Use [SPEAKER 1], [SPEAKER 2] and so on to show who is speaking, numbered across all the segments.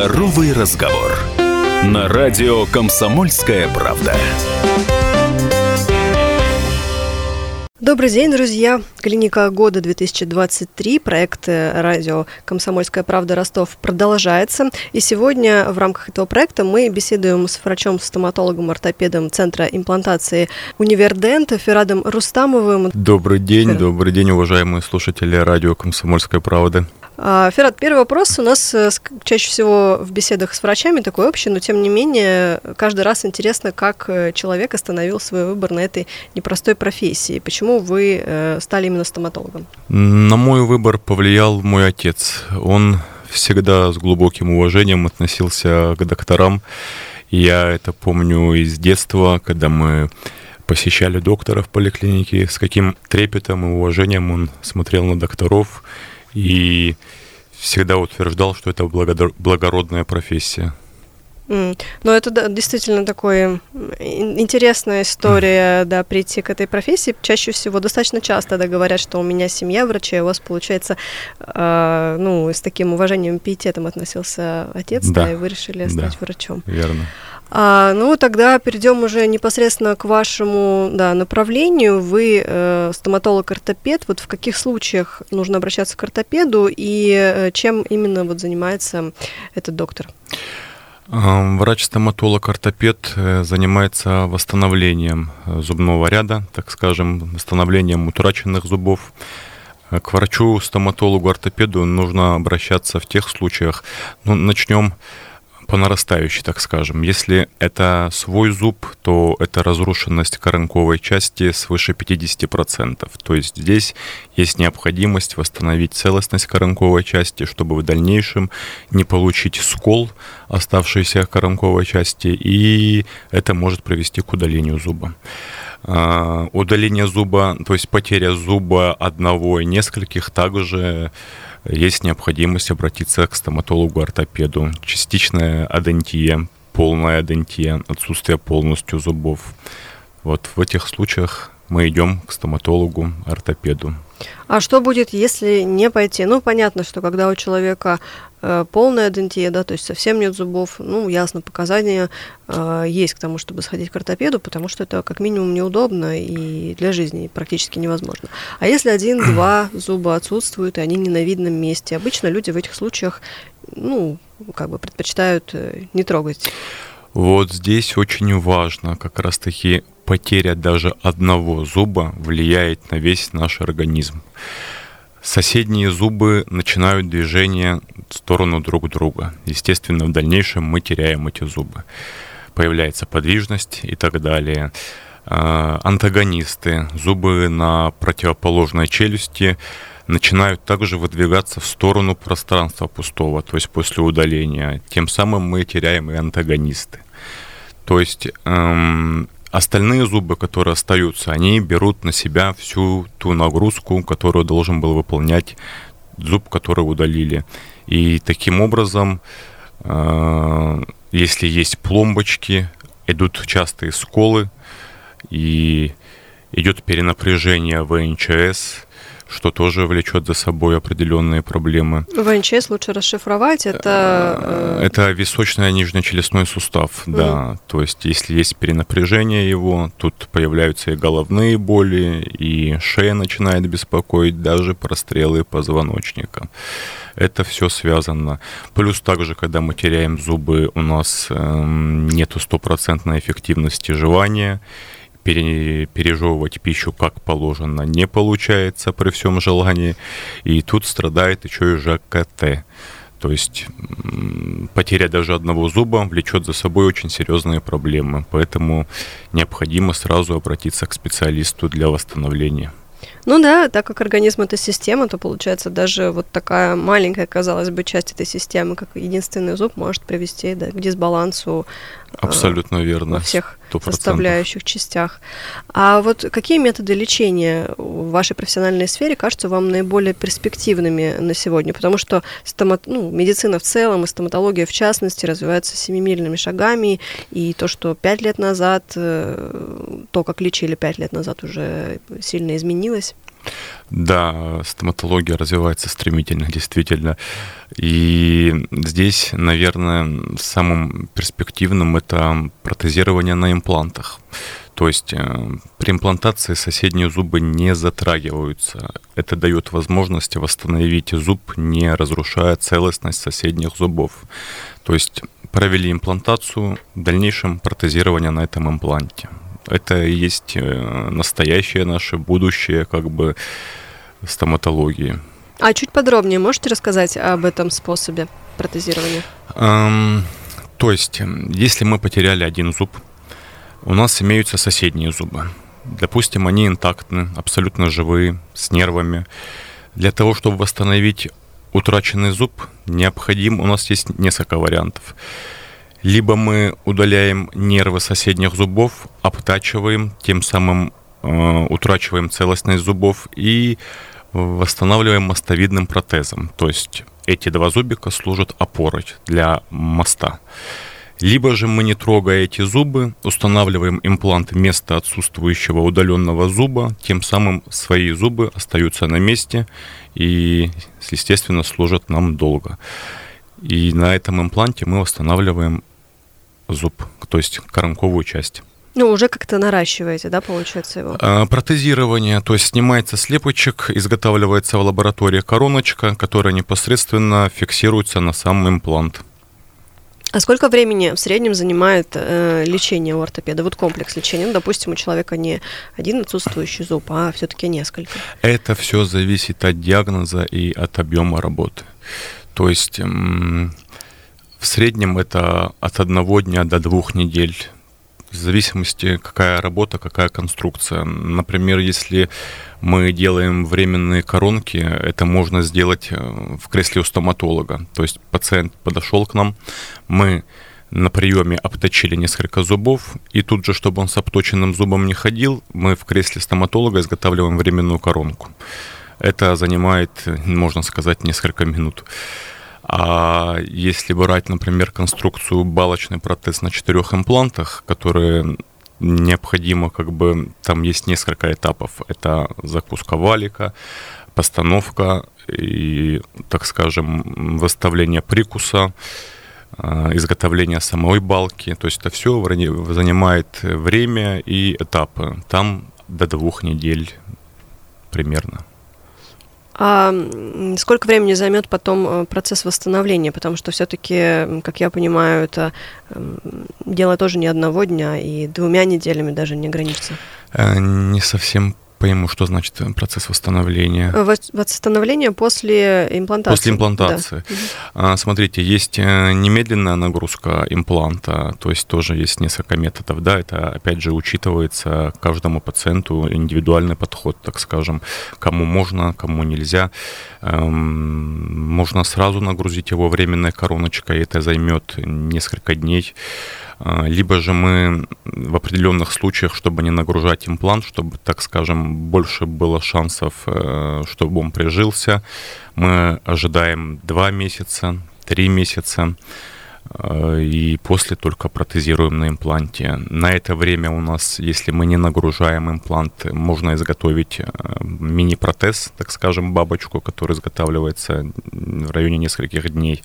[SPEAKER 1] Здоровый разговор. На радио «Комсомольская правда».
[SPEAKER 2] Добрый день, друзья! Клиника года 2023, проект радио «Комсомольская правда» Ростов продолжается. И сегодня в рамках этого проекта мы беседуем с врачом-стоматологом, ортопедом Центра имплантации «Универдент» Фирадом Рустамовым.
[SPEAKER 3] Добрый день, уважаемые слушатели радио «Комсомольская правда».
[SPEAKER 2] Фирад, первый вопрос у нас чаще всего в беседах с врачами такой общий, но тем не менее каждый раз интересно, как человек остановил свой выбор на этой непростой профессии. Почему вы стали именно стоматологом?
[SPEAKER 3] На мой выбор повлиял мой отец. Он всегда с глубоким уважением относился к докторам. Я это помню из детства, когда мы посещали доктора в поликлинике, с каким трепетом и уважением он смотрел на докторов. И всегда утверждал, что это благородная профессия.
[SPEAKER 2] Но это действительно такая интересная история, прийти к этой профессии. Чаще всего, достаточно часто говорят, что у меня семья врачей, у вас, получается, с таким уважением и пиететом относился отец, и вы решили стать врачом.
[SPEAKER 3] Верно.
[SPEAKER 2] Тогда перейдем уже непосредственно к вашему направлению. Вы стоматолог-ортопед. Вот в каких случаях нужно обращаться к ортопеду и чем именно занимается этот доктор?
[SPEAKER 3] Врач-стоматолог-ортопед занимается восстановлением зубного ряда, так скажем, восстановлением утраченных зубов. К врачу-стоматологу-ортопеду нужно обращаться в тех случаях, начнем по нарастающей, так скажем. Если это свой зуб, то это разрушенность коронковой части свыше 50%. То есть здесь есть необходимость восстановить целостность коронковой части, чтобы в дальнейшем не получить скол оставшейся коронковой части, и это может привести к удалению зуба. Удаление зуба, то есть потеря зуба одного и нескольких, также есть необходимость обратиться к стоматологу-ортопеду. Частичная адентия, полная адентия, отсутствие полностью зубов. Вот в этих случаях мы идем к стоматологу-ортопеду.
[SPEAKER 2] А что будет, если не пойти? Понятно, что когда у человека полная адентия, то есть совсем нет зубов, ясно, показания есть к тому, чтобы сходить к ортопеду, потому что это как минимум неудобно и для жизни практически невозможно. А если 1-2 зуба отсутствуют, и они не на видном месте, обычно люди в этих случаях, предпочитают не трогать.
[SPEAKER 3] Вот здесь очень важно как раз-таки потеря даже одного зуба влияет на весь наш организм. Соседние зубы начинают движение в сторону друг друга. Естественно, в дальнейшем мы теряем эти зубы. Появляется подвижность и так далее. Антагонисты, зубы на противоположной челюсти, начинают также выдвигаться в сторону пространства пустого, то есть после удаления. Тем самым мы теряем и антагонисты. То есть остальные зубы, которые остаются, они берут на себя всю ту нагрузку, которую должен был выполнять зуб, который удалили. И таким образом, если есть пломбочки, идут частые сколы, и идет перенапряжение ВНЧС, что тоже влечет за собой определенные проблемы.
[SPEAKER 2] ВНЧС лучше расшифровать, это...
[SPEAKER 3] Это височно-нижнечелюстной сустав, да. То есть, если есть перенапряжение его, тут появляются и головные боли, и шея начинает беспокоить, даже прострелы позвоночника. Это все связано. Плюс также, когда мы теряем зубы, у нас нету стопроцентной эффективности жевания, пережевывать пищу как положено не получается при всем желании, и тут страдает еще и ЖКТ. То есть потеря даже одного зуба влечет за собой очень серьезные проблемы, поэтому необходимо сразу обратиться к специалисту для восстановления.
[SPEAKER 2] Так как организм — это система, то получается даже вот такая маленькая, казалось бы, часть этой системы, как единственный зуб, может привести к дисбалансу.
[SPEAKER 3] Абсолютно верно.
[SPEAKER 2] Во всех
[SPEAKER 3] 100%.
[SPEAKER 2] составляющих частях. А вот какие методы лечения в вашей профессиональной сфере кажутся вам наиболее перспективными на сегодня? Потому что медицина в целом и стоматология в частности развивается семимильными шагами, и то, что 5 лет назад, то, как лечили 5 лет назад, уже сильно изменилось.
[SPEAKER 3] Да, стоматология развивается стремительно, действительно. И здесь, наверное, самым перспективным это протезирование на имплантах. То есть при имплантации соседние зубы не затрагиваются. Это дает возможность восстановить зуб, не разрушая целостность соседних зубов. То есть провели имплантацию, в дальнейшем протезирование на этом импланте. Это и есть настоящее наше будущее, как бы, стоматологии.
[SPEAKER 2] А чуть подробнее можете рассказать об этом способе протезирования?
[SPEAKER 3] То есть, если мы потеряли один зуб, у нас имеются соседние зубы. Допустим, они интактны, абсолютно живые, с нервами. Для того, чтобы восстановить утраченный зуб, у нас есть несколько вариантов. Либо мы удаляем нервы соседних зубов, обтачиваем, тем самым утрачиваем целостность зубов и восстанавливаем мостовидным протезом. То есть эти два зубика служат опорой для моста. Либо же мы, не трогая эти зубы, устанавливаем имплант вместо отсутствующего удаленного зуба, тем самым свои зубы остаются на месте и, естественно, служат нам долго. И на этом импланте мы восстанавливаем зуб, то есть коронковую часть.
[SPEAKER 2] Уже как-то наращиваете, да, получается, его?
[SPEAKER 3] Протезирование, то есть снимается слепочек, изготавливается в лаборатории короночка, которая непосредственно фиксируется на сам имплант.
[SPEAKER 2] А сколько времени в среднем занимает лечение у ортопеда? Вот комплекс лечения. Допустим, у человека не один отсутствующий зуб, а все-таки несколько.
[SPEAKER 3] Это все зависит от диагноза и от объема работы. То есть в среднем это от 1 дня до 2 недель. В зависимости, какая работа, какая конструкция. Например, если мы делаем временные коронки, это можно сделать в кресле у стоматолога. То есть пациент подошел к нам, мы на приеме обточили несколько зубов, и тут же, чтобы он с обточенным зубом не ходил, мы в кресле стоматолога изготавливаем временную коронку. Это занимает, можно сказать, несколько минут. А если брать, например, конструкцию балочный протез на 4 имплантах, которые необходимо, там есть несколько этапов. Это закуска валика, постановка и, так скажем, выставление прикуса, изготовление самой балки. То есть это все занимает время и этапы. Там до 2 недель примерно.
[SPEAKER 2] А сколько времени займет потом процесс восстановления? Потому что все-таки, как я понимаю, это дело тоже не 1 дня, и 2 неделями даже не ограничится.
[SPEAKER 3] Не совсем пойму, что значит процесс восстановления.
[SPEAKER 2] Восстановление после имплантации.
[SPEAKER 3] После имплантации. Да. Смотрите, есть немедленная нагрузка импланта, то есть тоже есть несколько методов. Да, это опять же учитывается каждому пациенту индивидуальный подход, так скажем, кому можно, кому нельзя. Можно сразу нагрузить его временной короночкой, это займет несколько дней. Либо же мы в определенных случаях, чтобы не нагружать имплант, чтобы, так скажем, больше было шансов, чтобы он прижился, мы ожидаем 2 месяца, 3 месяца, и после только протезируем на импланте. На это время у нас, если мы не нагружаем имплант, можно изготовить мини-протез, так скажем, бабочку, которая изготавливается в районе нескольких дней.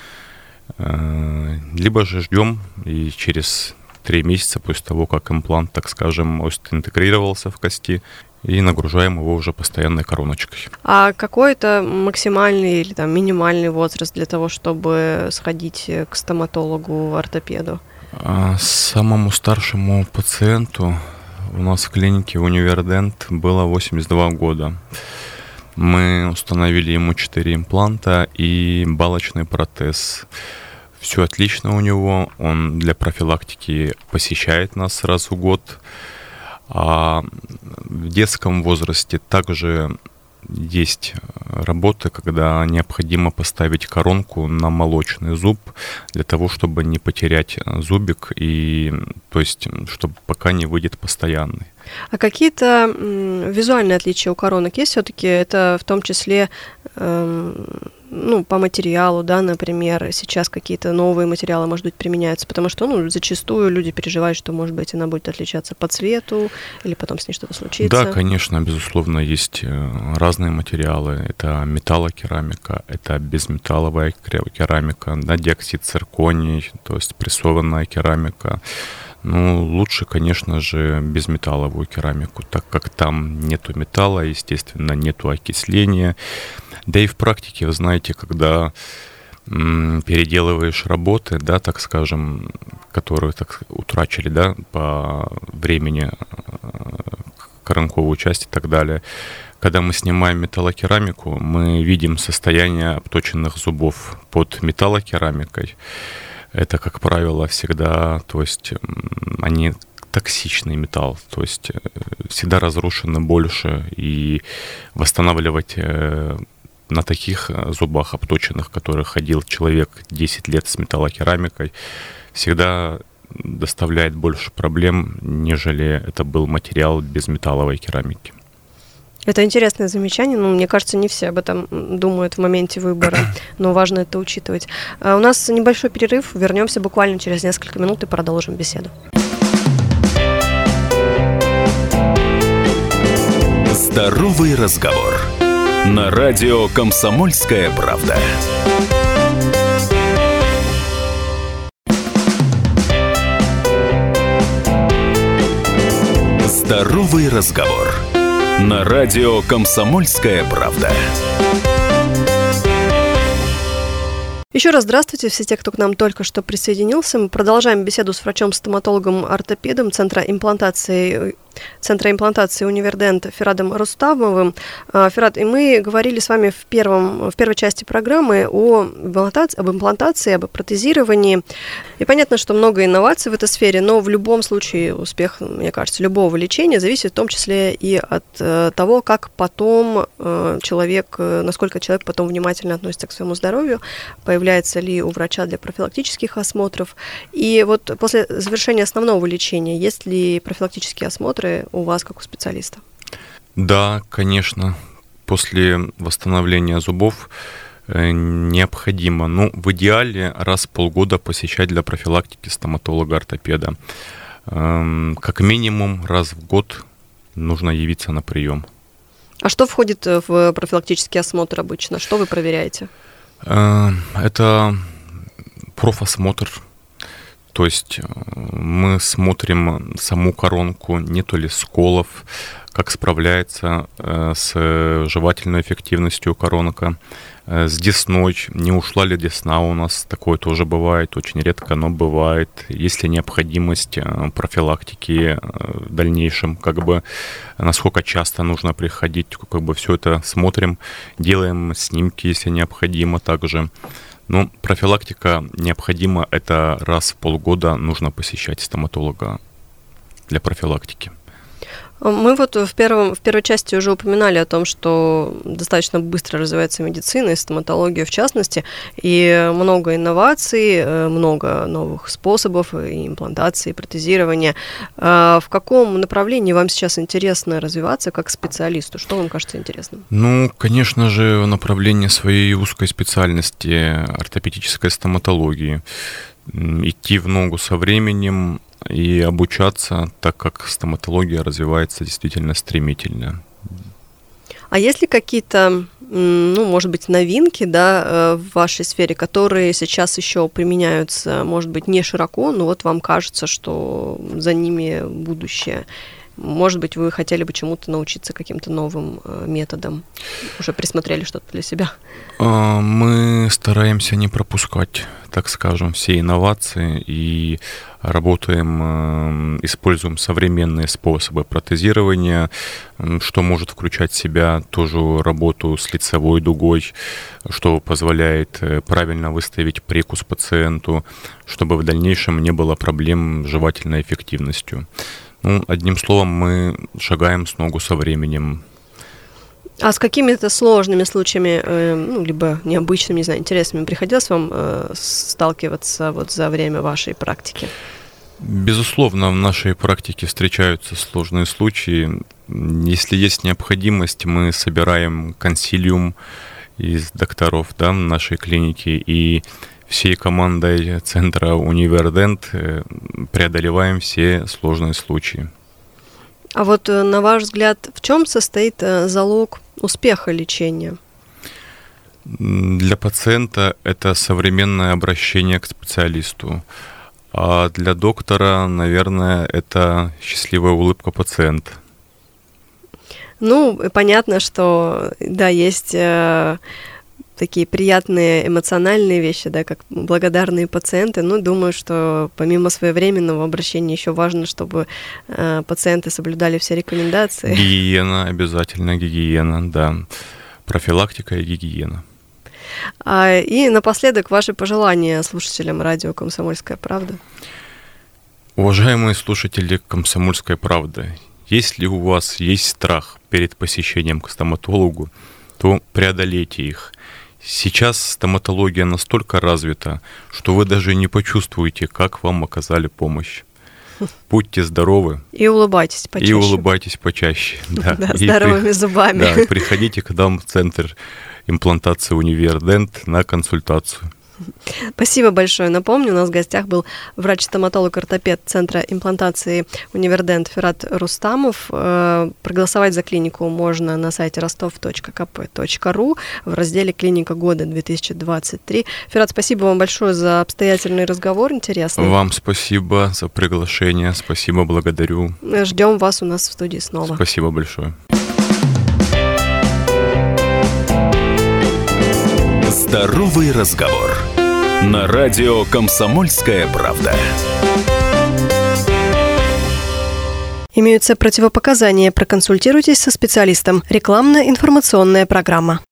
[SPEAKER 3] Либо же ждем, и через 3 месяца после того, как имплант, так скажем, интегрировался в кости, и нагружаем его уже постоянной короночкой. А
[SPEAKER 2] какой-то максимальный или минимальный возраст для того, чтобы сходить к стоматологу, ортопеду?
[SPEAKER 3] Самому старшему пациенту у нас в клинике Универдент было 82 года. Мы установили ему 4 импланта и балочный протез. Все отлично у него, он для профилактики посещает нас раз в год. А в детском возрасте также есть работы, когда необходимо поставить коронку на молочный зуб для того, чтобы не потерять зубик, и, то есть, чтобы пока не выйдет постоянный.
[SPEAKER 2] А какие-то визуальные отличия у коронок есть все-таки? Это в том числе по материалу, да, например, сейчас какие-то новые материалы, может быть, применяются, потому что, зачастую люди переживают, что, может быть, она будет отличаться по цвету, или потом с ней что-то случится.
[SPEAKER 3] Да, конечно, безусловно, есть разные материалы. Это металлокерамика, это безметалловая керамика, диоксид цирконий, то есть прессованная керамика. Лучше, конечно же, безметалловую керамику, так как там нету металла, естественно, нету окисления. Да и в практике, вы знаете, когда переделываешь работы, да, так скажем, которые утрачили, да, по времени коронковую часть и так далее, когда мы снимаем металлокерамику, мы видим состояние обточенных зубов под металлокерамикой. Это, как правило, всегда, то есть они токсичный металл, то есть всегда разрушены больше, и восстанавливать на таких зубах обточенных, которых ходил человек 10 лет с металлокерамикой, всегда доставляет больше проблем, нежели это был материал без металловой керамики.
[SPEAKER 2] Это интересное замечание, мне кажется, не все об этом думают в моменте выбора, но важно это учитывать. У нас небольшой перерыв, вернемся буквально через несколько минут и продолжим беседу.
[SPEAKER 1] Здоровый разговор. На радио «Комсомольская правда». Здоровый разговор. На радио «Комсомольская правда».
[SPEAKER 2] Еще раз здравствуйте, все те, кто к нам только что присоединился. Мы продолжаем беседу с врачом-стоматологом-ортопедом Центра имплантации Универдент Фирадом Рустамовым. Фирад, и мы говорили с вами в первой части программы об имплантации, об протезировании. И понятно, что много инноваций в этой сфере, но в любом случае успех, мне кажется, любого лечения зависит в том числе и от того, как потом насколько человек потом внимательно относится к своему здоровью, появляется ли у врача для профилактических осмотров. И вот после завершения основного лечения есть ли профилактические осмотры у вас, как у специалиста?
[SPEAKER 3] Да, конечно. После восстановления зубов необходимо, в идеале раз в полгода посещать для профилактики стоматолога-ортопеда. Как минимум раз в год нужно явиться на прием.
[SPEAKER 2] А что входит в профилактический осмотр обычно? Что вы проверяете?
[SPEAKER 3] Это профосмотр. То есть мы смотрим саму коронку, нету ли сколов, как справляется с жевательной эффективностью коронка, с десной, не ушла ли десна у нас, такое тоже бывает, очень редко, но бывает. Есть ли необходимость профилактики в дальнейшем, насколько часто нужно приходить, все это смотрим, делаем снимки, если необходимо также. Профилактика необходима, это раз в полгода нужно посещать стоматолога для профилактики.
[SPEAKER 2] Мы в первой части уже упоминали о том, что достаточно быстро развивается медицина, и стоматология в частности, и много инноваций, много новых способов и имплантации, и протезирования. В каком направлении вам сейчас интересно развиваться как специалисту? Что вам кажется интересным?
[SPEAKER 3] Конечно же, в направлении своей узкой специальности ортопедической стоматологии. Идти в ногу со временем и обучаться, так как стоматология развивается действительно стремительно.
[SPEAKER 2] А есть ли какие-то, может быть, новинки, в вашей сфере, которые сейчас еще применяются, может быть, не широко, но вам кажется, что за ними будущее? Может быть, вы хотели бы чему-то научиться, каким-то новым методам? Уже присмотрели что-то для себя?
[SPEAKER 3] Мы стараемся не пропускать, так скажем, все инновации и используем современные способы протезирования, что может включать в себя тоже работу с лицевой дугой, что позволяет правильно выставить прикус пациенту, чтобы в дальнейшем не было проблем с жевательной эффективностью. Одним словом, мы шагаем с ногу со временем.
[SPEAKER 2] А с какими-то сложными случаями, либо необычными, интересными, приходилось вам сталкиваться за время вашей практики?
[SPEAKER 3] Безусловно, в нашей практике встречаются сложные случаи. Если есть необходимость, мы собираем консилиум из докторов, да, нашей клиники, и всей командой центра «Универдент» преодолеваем все сложные случаи.
[SPEAKER 2] А вот, на ваш взгляд, в чем состоит залог успеха лечения?
[SPEAKER 3] Для пациента это современное обращение к специалисту, а для доктора, наверное, это счастливая улыбка пациента.
[SPEAKER 2] Ну, понятно, что, да, есть такие приятные эмоциональные вещи, да, как благодарные пациенты. Ну, думаю, что помимо своевременного обращения еще важно, чтобы пациенты соблюдали все рекомендации.
[SPEAKER 3] Гигиена, обязательно гигиена, да. Профилактика и гигиена.
[SPEAKER 2] И напоследок ваши пожелания слушателям радио «Комсомольская правда».
[SPEAKER 3] Уважаемые слушатели «Комсомольской правды», если у вас есть страх перед посещением к стоматологу, то преодолейте их. Сейчас стоматология настолько развита, что вы даже не почувствуете, как вам оказали помощь. Будьте здоровы.
[SPEAKER 2] И улыбайтесь почаще.
[SPEAKER 3] И улыбайтесь почаще. Да,
[SPEAKER 2] здоровыми зубами.
[SPEAKER 3] Да, приходите к нам в центр имплантации «Универдент» на консультацию.
[SPEAKER 2] Спасибо большое. Напомню, у нас в гостях был врач-стоматолог-ортопед Центра имплантации «Универдент» Фират Рустамов. Проголосовать за клинику можно на сайте rostov.kp.ru в разделе «Клиника года 2023». Фират, спасибо вам большое за обстоятельный разговор, интересный.
[SPEAKER 3] Вам спасибо за приглашение, спасибо, благодарю.
[SPEAKER 2] Ждем вас у нас в студии снова.
[SPEAKER 3] Спасибо большое.
[SPEAKER 1] Здоровый разговор. На радио «Комсомольская правда».
[SPEAKER 2] Имеются противопоказания. Проконсультируйтесь со специалистом. Рекламно-информационная программа.